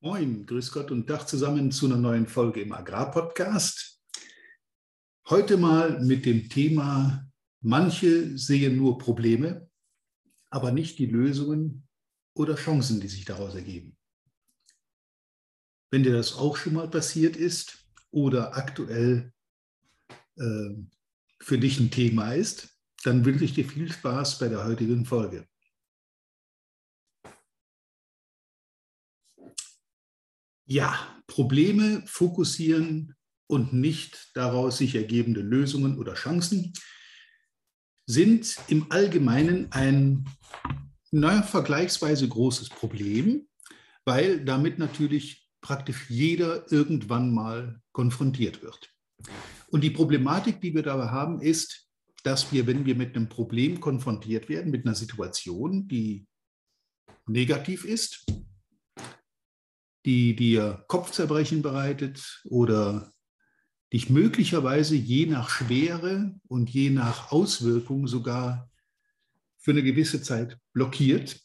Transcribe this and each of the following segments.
Moin, grüß Gott und Tag zusammen zu einer neuen Folge im Agrarpodcast. Heute mal mit dem Thema: Manche sehen nur Probleme, aber nicht die Lösungen oder Chancen, die sich daraus ergeben. Wenn dir das auch schon mal passiert ist oder aktuell für dich ein Thema ist, dann wünsche ich dir viel Spaß bei der heutigen Folge. Ja, Probleme fokussieren und nicht daraus sich ergebende Lösungen oder Chancen sind im Allgemeinen ein vergleichsweise großes Problem, weil damit natürlich praktisch jeder irgendwann mal konfrontiert wird. Und die Problematik, die wir dabei haben, ist, dass wir, wenn wir mit einem Problem konfrontiert werden, mit einer Situation, die negativ ist, die dir Kopfzerbrechen bereitet oder dich möglicherweise je nach Schwere und je nach Auswirkung sogar für eine gewisse Zeit blockiert,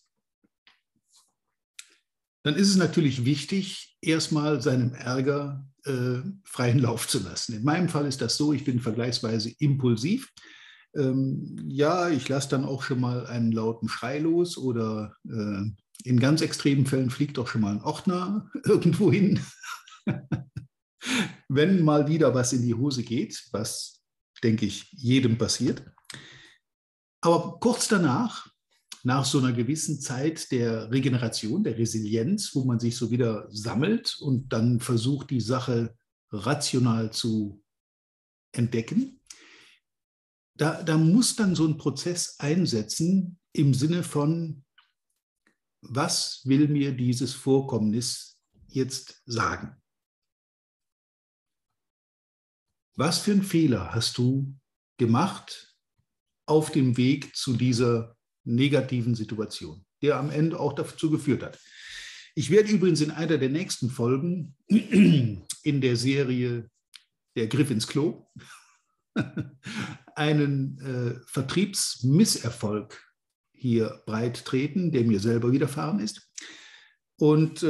dann ist es natürlich wichtig, erstmal seinem Ärger freien Lauf zu lassen. In meinem Fall ist das so, ich bin vergleichsweise impulsiv. Ja, ich lasse dann auch schon mal einen lauten Schrei los oder in ganz extremen Fällen fliegt auch schon mal ein Ordner irgendwo hin. Wenn mal wieder was in die Hose geht, was, denke ich, jedem passiert. Aber kurz danach, nach so einer gewissen Zeit der Regeneration, der Resilienz, wo man sich so wieder sammelt und dann versucht, die Sache rational zu entdecken, da muss dann so ein Prozess einsetzen im Sinne von: Was will mir dieses Vorkommnis jetzt sagen? Was für einen Fehler hast du gemacht auf dem Weg zu dieser negativen Situation, der am Ende auch dazu geführt hat? Ich werde übrigens in einer der nächsten Folgen in der Serie Der Griff ins Klo einen Vertriebsmisserfolg hier breit treten, der mir selber widerfahren ist. Und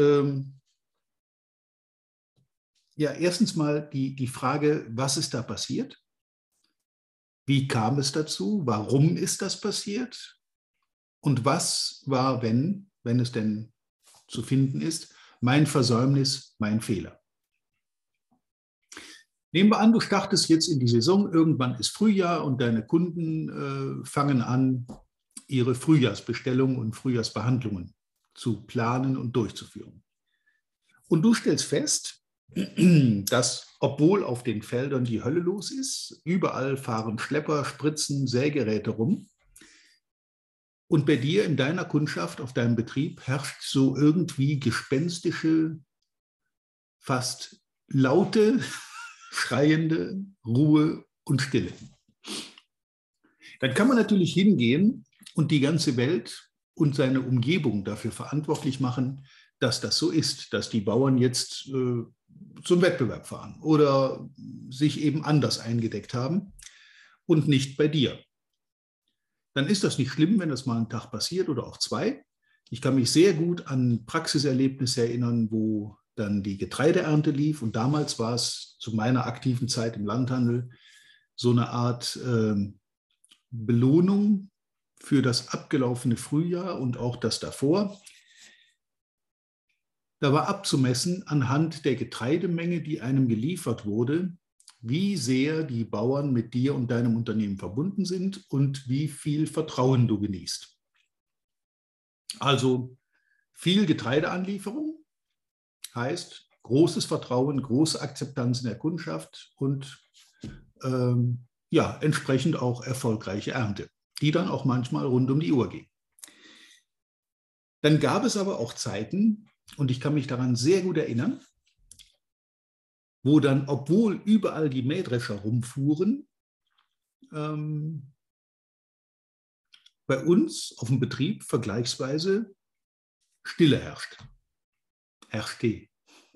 ja, erstens mal die Frage, was ist da passiert? Wie kam es dazu? Warum ist das passiert? Und was war, wenn es denn zu finden ist, mein Versäumnis, mein Fehler? Nehmen wir an, du startest jetzt in die Saison, irgendwann ist Frühjahr und deine Kunden fangen an, ihre Frühjahrsbestellungen und Frühjahrsbehandlungen zu planen und durchzuführen. Und du stellst fest, dass, obwohl auf den Feldern die Hölle los ist, überall fahren Schlepper, Spritzen, Sägeräte rum. Und bei dir in deiner Kundschaft, auf deinem Betrieb, herrscht so irgendwie gespenstische, fast laute, schreiende Ruhe und Stille. Dann kann man natürlich hingehen und die ganze Welt und seine Umgebung dafür verantwortlich machen, dass das so ist, dass die Bauern jetzt zum Wettbewerb fahren oder sich eben anders eingedeckt haben und nicht bei dir. Dann ist das nicht schlimm, wenn das mal einen Tag passiert oder auch zwei. Ich kann mich sehr gut an Praxiserlebnisse erinnern, wo dann die Getreideernte lief. Und damals war es zu meiner aktiven Zeit im Landhandel so eine Art Belohnung für das abgelaufene Frühjahr und auch das davor. Da war abzumessen anhand der Getreidemenge, die einem geliefert wurde, wie sehr die Bauern mit dir und deinem Unternehmen verbunden sind und wie viel Vertrauen du genießt. Also viel Getreideanlieferung heißt großes Vertrauen, große Akzeptanz in der Kundschaft und ja, entsprechend auch erfolgreiche Ernte, die dann auch manchmal rund um die Uhr ging. Dann gab es aber auch Zeiten, und ich kann mich daran sehr gut erinnern, wo dann, obwohl überall die Mähdrescher rumfuhren, bei uns auf dem Betrieb vergleichsweise Stille herrschte.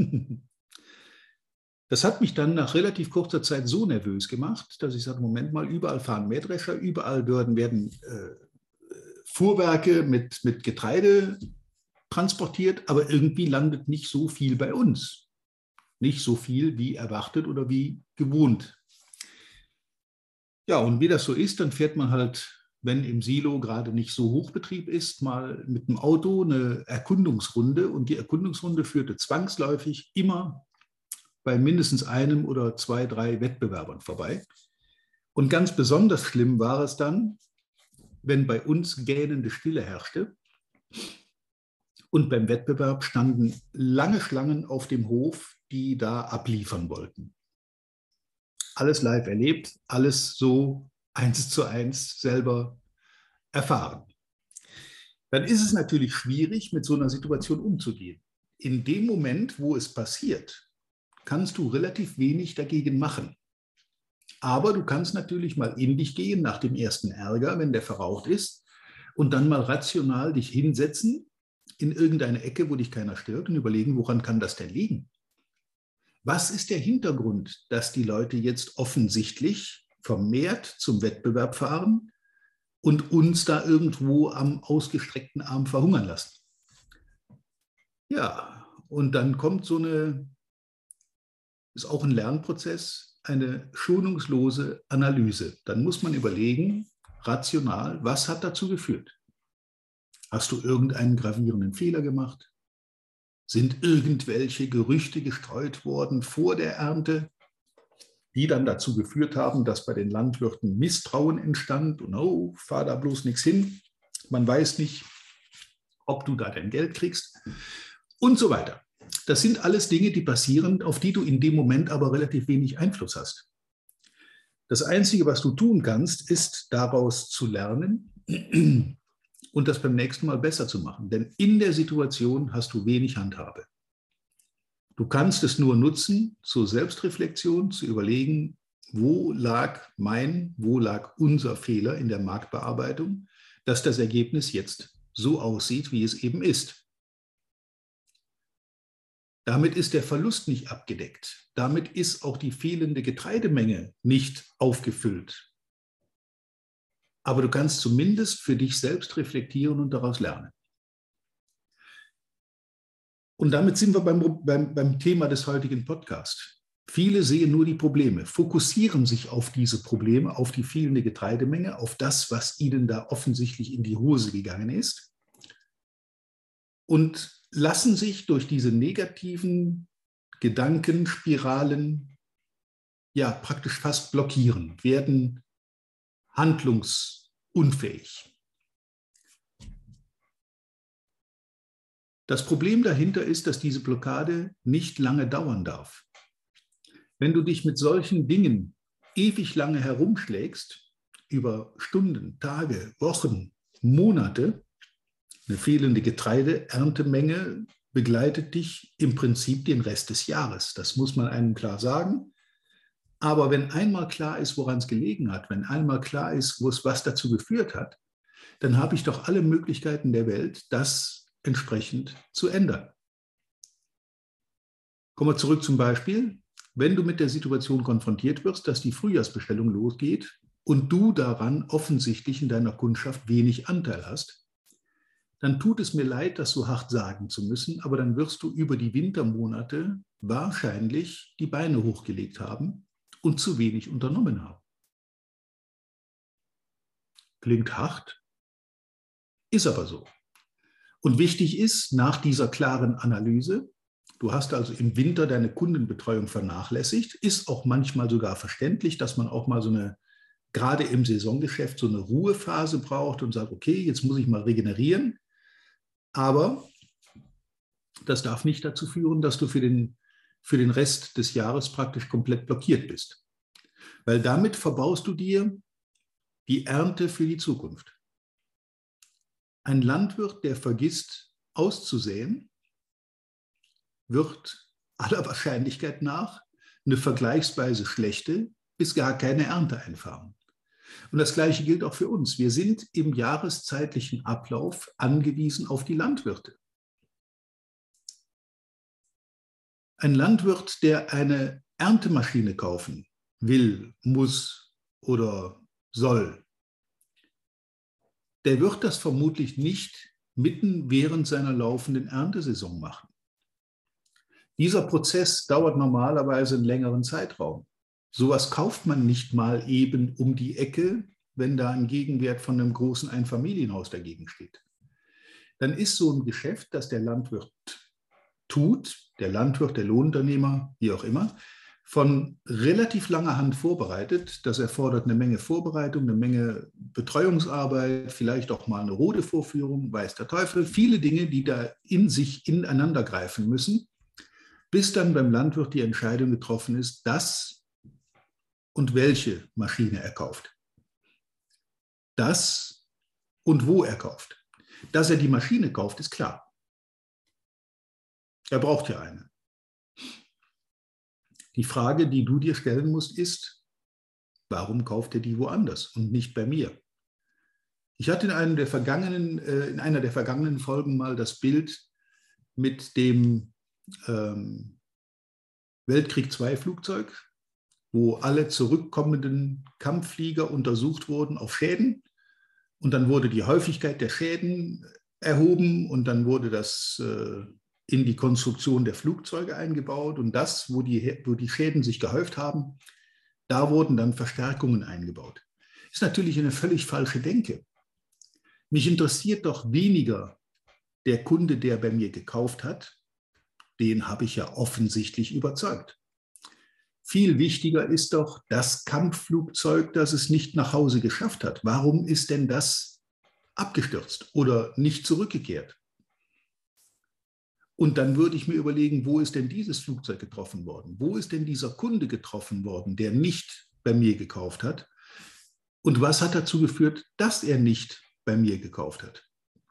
Das hat mich dann nach relativ kurzer Zeit so nervös gemacht, dass ich sage, Moment mal, überall fahren Mähdrescher, überall werden Fuhrwerke mit Getreide transportiert, aber irgendwie landet nicht so viel bei uns. Nicht so viel wie erwartet oder wie gewohnt. Ja, und wie das so ist, dann fährt man halt, wenn im Silo gerade nicht so Hochbetrieb ist, mal mit dem Auto eine Erkundungsrunde. Und die Erkundungsrunde führte zwangsläufig immer bei mindestens einem oder zwei, drei Wettbewerbern vorbei. Und ganz besonders schlimm war es dann, wenn bei uns gähnende Stille herrschte. Und beim Wettbewerb standen lange Schlangen auf dem Hof, die da abliefern wollten. Alles live erlebt, alles so 1:1 selber erfahren. Dann ist es natürlich schwierig, mit so einer Situation umzugehen. In dem Moment, wo es passiert, kannst du relativ wenig dagegen machen. Aber du kannst natürlich mal in dich gehen nach dem ersten Ärger, wenn der verraucht ist, und dann mal rational dich hinsetzen in irgendeine Ecke, wo dich keiner stört, und überlegen, woran kann das denn liegen? Was ist der Hintergrund, dass die Leute jetzt offensichtlich vermehrt zum Wettbewerb fahren und uns da irgendwo am ausgestreckten Arm verhungern lassen? Ja, und dann kommt ist auch ein Lernprozess, eine schonungslose Analyse. Dann muss man überlegen, rational, was hat dazu geführt? Hast du irgendeinen gravierenden Fehler gemacht? Sind irgendwelche Gerüchte gestreut worden vor der Ernte, die dann dazu geführt haben, dass bei den Landwirten Misstrauen entstand und oh, fahr da bloß nichts hin. Man weiß nicht, ob du da dein Geld kriegst und so weiter. Das sind alles Dinge, die passieren, auf die du in dem Moment aber relativ wenig Einfluss hast. Das Einzige, was du tun kannst, ist daraus zu lernen und das beim nächsten Mal besser zu machen. Denn in der Situation hast du wenig Handhabe. Du kannst es nur nutzen zur Selbstreflexion, zu überlegen, wo lag unser Fehler in der Marktbearbeitung, dass das Ergebnis jetzt so aussieht, wie es eben ist. Damit ist der Verlust nicht abgedeckt. Damit ist auch die fehlende Getreidemenge nicht aufgefüllt. Aber du kannst zumindest für dich selbst reflektieren und daraus lernen. Und damit sind wir beim Thema des heutigen Podcasts. Viele sehen nur die Probleme, fokussieren sich auf diese Probleme, auf die fehlende Getreidemenge, auf das, was ihnen da offensichtlich in die Hose gegangen ist und lassen sich durch diese negativen Gedankenspiralen ja praktisch fast blockieren, werden handlungsunfähig. Das Problem dahinter ist, dass diese Blockade nicht lange dauern darf. Wenn du dich mit solchen Dingen ewig lange herumschlägst, über Stunden, Tage, Wochen, Monate, eine fehlende Getreideerntemenge begleitet dich im Prinzip den Rest des Jahres. Das muss man einem klar sagen. Aber wenn einmal klar ist, woran es gelegen hat, wenn einmal klar ist, was dazu geführt hat, dann habe ich doch alle Möglichkeiten der Welt, das entsprechend zu ändern. Kommen wir zurück zum Beispiel. Wenn du mit der Situation konfrontiert wirst, dass die Frühjahrsbestellung losgeht und du daran offensichtlich in deiner Kundschaft wenig Anteil hast, dann tut es mir leid, das so hart sagen zu müssen, aber dann wirst du über die Wintermonate wahrscheinlich die Beine hochgelegt haben und zu wenig unternommen haben. Klingt hart, ist aber so. Und wichtig ist, nach dieser klaren Analyse, du hast also im Winter deine Kundenbetreuung vernachlässigt, ist auch manchmal sogar verständlich, dass man auch mal gerade im Saisongeschäft so eine Ruhephase braucht und sagt, okay, jetzt muss ich mal regenerieren. Aber das darf nicht dazu führen, dass du für den Rest des Jahres praktisch komplett blockiert bist. Weil damit verbaust du dir die Ernte für die Zukunft. Ein Landwirt, der vergisst auszusäen, wird aller Wahrscheinlichkeit nach eine vergleichsweise schlechte bis gar keine Ernte einfahren. Und das Gleiche gilt auch für uns. Wir sind im jahreszeitlichen Ablauf angewiesen auf die Landwirte. Ein Landwirt, der eine Erntemaschine kaufen will, muss oder soll, der wird das vermutlich nicht mitten während seiner laufenden Erntesaison machen. Dieser Prozess dauert normalerweise einen längeren Zeitraum. Sowas kauft man nicht mal eben um die Ecke, wenn da ein Gegenwert von einem großen Einfamilienhaus dagegen steht. Dann ist so ein Geschäft, das der Landwirt tut, der Landwirt, der Lohnunternehmer, wie auch immer, von relativ langer Hand vorbereitet. Das erfordert eine Menge Vorbereitung, eine Menge Betreuungsarbeit, vielleicht auch mal eine rote Vorführung, weiß der Teufel, viele Dinge, die da in sich ineinander greifen müssen, bis dann beim Landwirt die Entscheidung getroffen ist, dass und welche Maschine er kauft. Das und wo er kauft. Dass er die Maschine kauft, ist klar. Er braucht ja eine. Die Frage, die du dir stellen musst, ist, warum kauft er die woanders und nicht bei mir? Ich hatte in einer der vergangenen Folgen mal das Bild mit dem Weltkrieg II Flugzeug, wo alle zurückkommenden Kampfflieger untersucht wurden auf Schäden. Und dann wurde die Häufigkeit der Schäden erhoben und dann wurde das in die Konstruktion der Flugzeuge eingebaut. Und das, wo die Schäden sich gehäuft haben, da wurden dann Verstärkungen eingebaut. Ist natürlich eine völlig falsche Denke. Mich interessiert doch weniger der Kunde, der bei mir gekauft hat. Den habe ich ja offensichtlich überzeugt. Viel wichtiger ist doch das Kampfflugzeug, das es nicht nach Hause geschafft hat. Warum ist denn das abgestürzt oder nicht zurückgekehrt? Und dann würde ich mir überlegen, wo ist denn dieses Flugzeug getroffen worden? Wo ist denn dieser Kunde getroffen worden, der nicht bei mir gekauft hat? Und was hat dazu geführt, dass er nicht bei mir gekauft hat?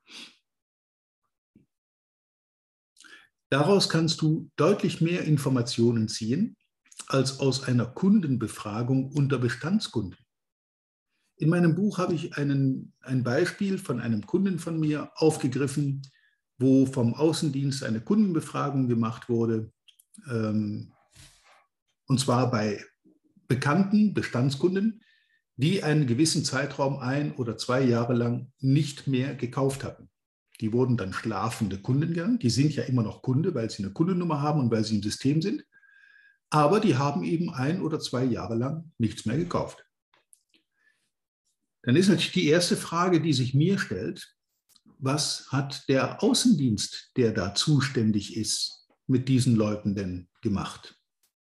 Daraus kannst du deutlich mehr Informationen ziehen, als aus einer Kundenbefragung unter Bestandskunden. In meinem Buch habe ich ein Beispiel von einem Kunden von mir aufgegriffen, wo vom Außendienst eine Kundenbefragung gemacht wurde, und zwar bei bekannten Bestandskunden, die einen gewissen Zeitraum 1 oder 2 Jahre lang nicht mehr gekauft hatten. Die wurden dann schlafende Kunden genannt. Die sind ja immer noch Kunde, weil sie eine Kundennummer haben und weil sie im System sind. Aber die haben eben 1 oder 2 Jahre lang nichts mehr gekauft. Dann ist natürlich die erste Frage, die sich mir stellt, was hat der Außendienst, der da zuständig ist, mit diesen Leuten denn gemacht?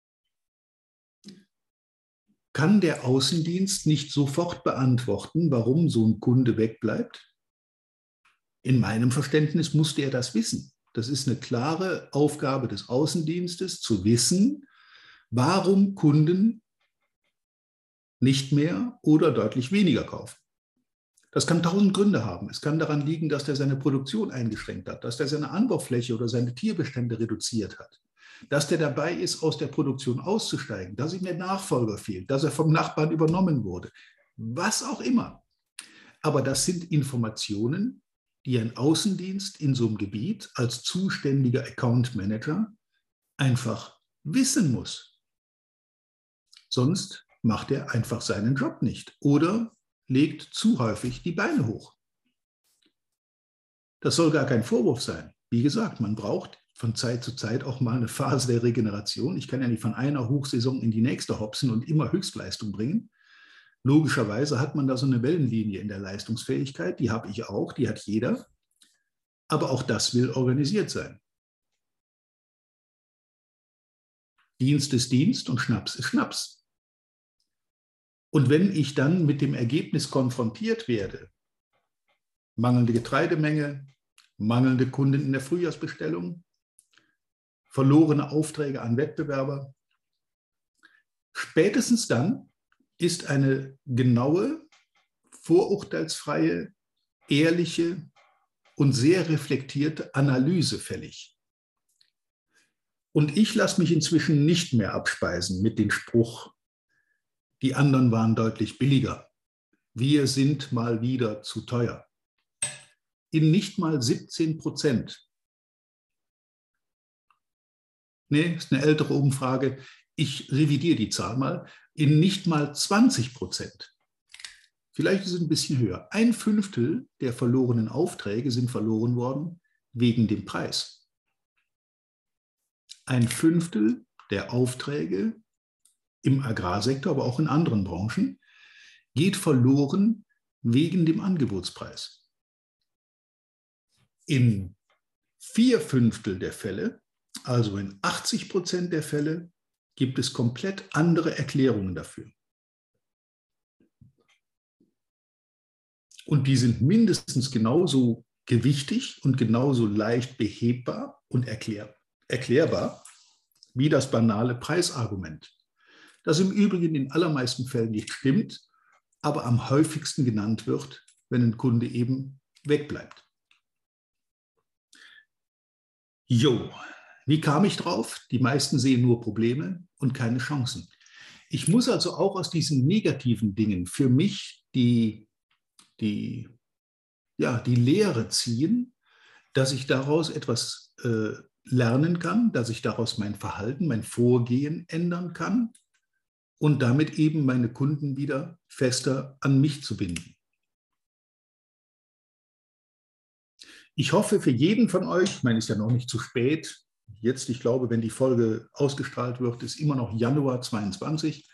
Kann der Außendienst nicht sofort beantworten, warum so ein Kunde wegbleibt? In meinem Verständnis musste er das wissen. Das ist eine klare Aufgabe des Außendienstes, zu wissen, warum Kunden nicht mehr oder deutlich weniger kaufen. Das kann 1000 Gründe haben. Es kann daran liegen, dass er seine Produktion eingeschränkt hat, dass er seine Anbaufläche oder seine Tierbestände reduziert hat, dass der dabei ist, aus der Produktion auszusteigen, dass ihm der Nachfolger fehlt, dass er vom Nachbarn übernommen wurde, was auch immer. Aber das sind Informationen, die ein Außendienst in so einem Gebiet als zuständiger Account Manager einfach wissen muss. Sonst macht er einfach seinen Job nicht oder legt zu häufig die Beine hoch. Das soll gar kein Vorwurf sein. Wie gesagt, man braucht von Zeit zu Zeit auch mal eine Phase der Regeneration. Ich kann ja nicht von einer Hochsaison in die nächste hopsen und immer Höchstleistung bringen. Logischerweise hat man da so eine Wellenlinie in der Leistungsfähigkeit. Die habe ich auch, die hat jeder. Aber auch das will organisiert sein. Dienst ist Dienst und Schnaps ist Schnaps. Und wenn ich dann mit dem Ergebnis konfrontiert werde, mangelnde Getreidemenge, mangelnde Kunden in der Frühjahrsbestellung, verlorene Aufträge an Wettbewerber, spätestens dann ist eine genaue, vorurteilsfreie, ehrliche und sehr reflektierte Analyse fällig. Und ich lasse mich inzwischen nicht mehr abspeisen mit dem Spruch, die anderen waren deutlich billiger. Wir sind mal wieder zu teuer. In nicht mal 17%. Nee, ist eine ältere Umfrage. Ich revidiere die Zahl mal. In nicht mal 20% vielleicht ist es ein bisschen höher. 1/5 der verlorenen Aufträge sind verloren worden wegen dem Preis. 1/5 der Aufträge im Agrarsektor, aber auch in anderen Branchen, geht verloren wegen dem Angebotspreis. In 4/5 der Fälle, also in 80% der Fälle, gibt es komplett andere Erklärungen dafür. Und die sind mindestens genauso gewichtig und genauso leicht behebbar und erklärbar wie das banale Preisargument, das im Übrigen in allermeisten Fällen nicht stimmt, aber am häufigsten genannt wird, wenn ein Kunde eben wegbleibt. Wie kam ich drauf? Die meisten sehen nur Probleme und keine Chancen. Ich muss also auch aus diesen negativen Dingen für mich die Lehre ziehen, dass ich daraus etwas lernen kann, dass ich daraus mein Verhalten, mein Vorgehen ändern kann und damit eben meine Kunden wieder fester an mich zu binden. Ich hoffe für jeden von euch, ich meine, es ist ja noch nicht zu spät, jetzt, ich glaube, wenn die Folge ausgestrahlt wird, ist immer noch Januar 2022.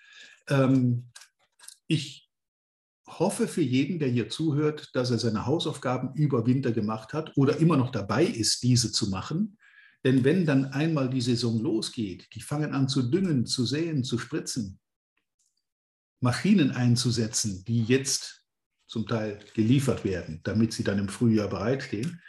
Ich hoffe für jeden, der hier zuhört, dass er seine Hausaufgaben über Winter gemacht hat oder immer noch dabei ist, diese zu machen. Denn wenn dann einmal die Saison losgeht, die fangen an zu düngen, zu säen, zu spritzen, Maschinen einzusetzen, die jetzt zum Teil geliefert werden, damit sie dann im Frühjahr bereitstehen.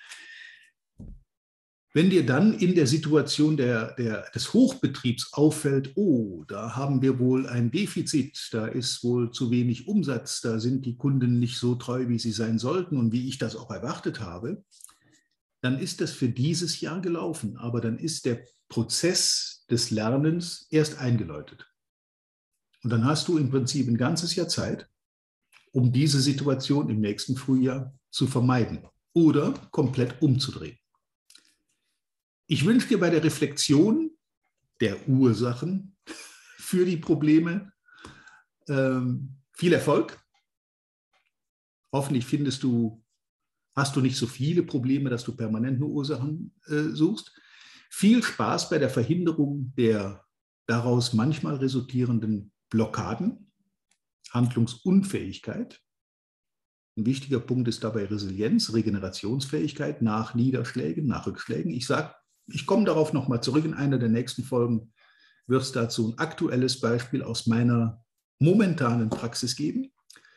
Wenn dir dann in der Situation des Hochbetriebs auffällt, oh, da haben wir wohl ein Defizit, da ist wohl zu wenig Umsatz, da sind die Kunden nicht so treu, wie sie sein sollten und wie ich das auch erwartet habe, dann ist das für dieses Jahr gelaufen. Aber dann ist der Prozess des Lernens erst eingeläutet. Und dann hast du im Prinzip ein ganzes Jahr Zeit, um diese Situation im nächsten Frühjahr zu vermeiden oder komplett umzudrehen. Ich wünsche dir bei der Reflexion der Ursachen für die Probleme viel Erfolg. Hoffentlich hast du nicht so viele Probleme, dass du permanent nur Ursachen suchst. Viel Spaß bei der Verhinderung der daraus manchmal resultierenden Blockaden, Handlungsunfähigkeit. Ein wichtiger Punkt ist dabei Resilienz, Regenerationsfähigkeit nach Niederschlägen, nach Rückschlägen. Ich komme darauf nochmal zurück. In einer der nächsten Folgen wird es dazu ein aktuelles Beispiel aus meiner momentanen Praxis geben,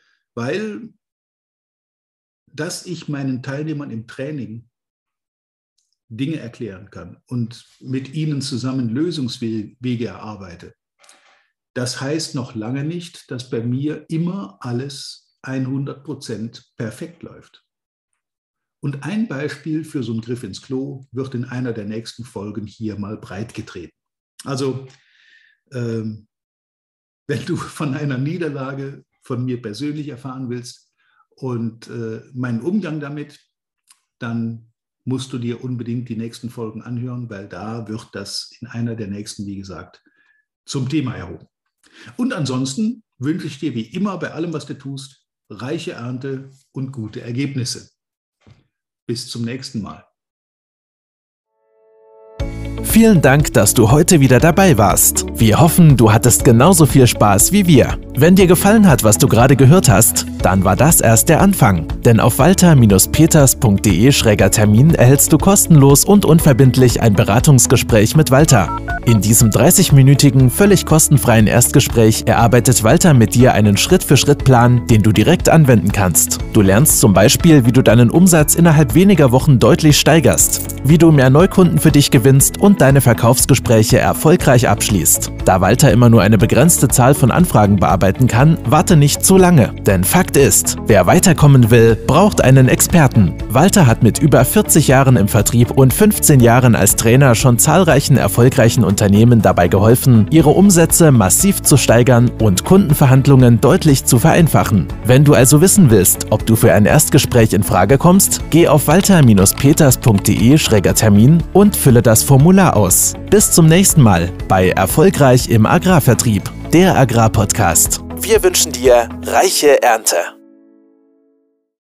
dass ich meinen Teilnehmern im Training Dinge erklären kann und mit ihnen zusammen Lösungswege erarbeite. Das heißt noch lange nicht, dass bei mir immer alles 100% perfekt läuft. Und ein Beispiel für so einen Griff ins Klo wird in einer der nächsten Folgen hier mal breitgetreten. Also, wenn du von einer Niederlage von mir persönlich erfahren willst und meinen Umgang damit, dann musst du dir unbedingt die nächsten Folgen anhören, weil da wird das in einer der nächsten, wie gesagt, zum Thema erhoben. Und ansonsten wünsche ich dir wie immer bei allem, was du tust, reiche Ernte und gute Ergebnisse. Bis zum nächsten Mal. Vielen Dank, dass du heute wieder dabei warst. Wir hoffen, du hattest genauso viel Spaß wie wir. Wenn dir gefallen hat, was du gerade gehört hast, dann war das erst der Anfang. Denn auf walter-peters.de/Termin erhältst du kostenlos und unverbindlich ein Beratungsgespräch mit Walter. In diesem 30-minütigen, völlig kostenfreien Erstgespräch erarbeitet Walter mit dir einen Schritt-für-Schritt-Plan, den du direkt anwenden kannst. Du lernst zum Beispiel, wie du deinen Umsatz innerhalb weniger Wochen deutlich steigerst, wie du mehr Neukunden für dich gewinnst und deine Verkaufsgespräche erfolgreich abschließt. Da Walter immer nur eine begrenzte Zahl von Anfragen bearbeiten kann, warte nicht zu lange. Denn Fakt ist, wer weiterkommen will, braucht einen Experten. Walter hat mit über 40 Jahren im Vertrieb und 15 Jahren als Trainer schon zahlreichen erfolgreichen Unternehmen dabei geholfen, ihre Umsätze massiv zu steigern und Kundenverhandlungen deutlich zu vereinfachen. Wenn du also wissen willst, ob du für ein Erstgespräch in Frage kommst, geh auf walter-peters.de/Termin und fülle das Formular aus. Bis zum nächsten Mal bei Erfolgreich im Agrarvertrieb, der Agrarpodcast. Wir wünschen dir reiche Ernte.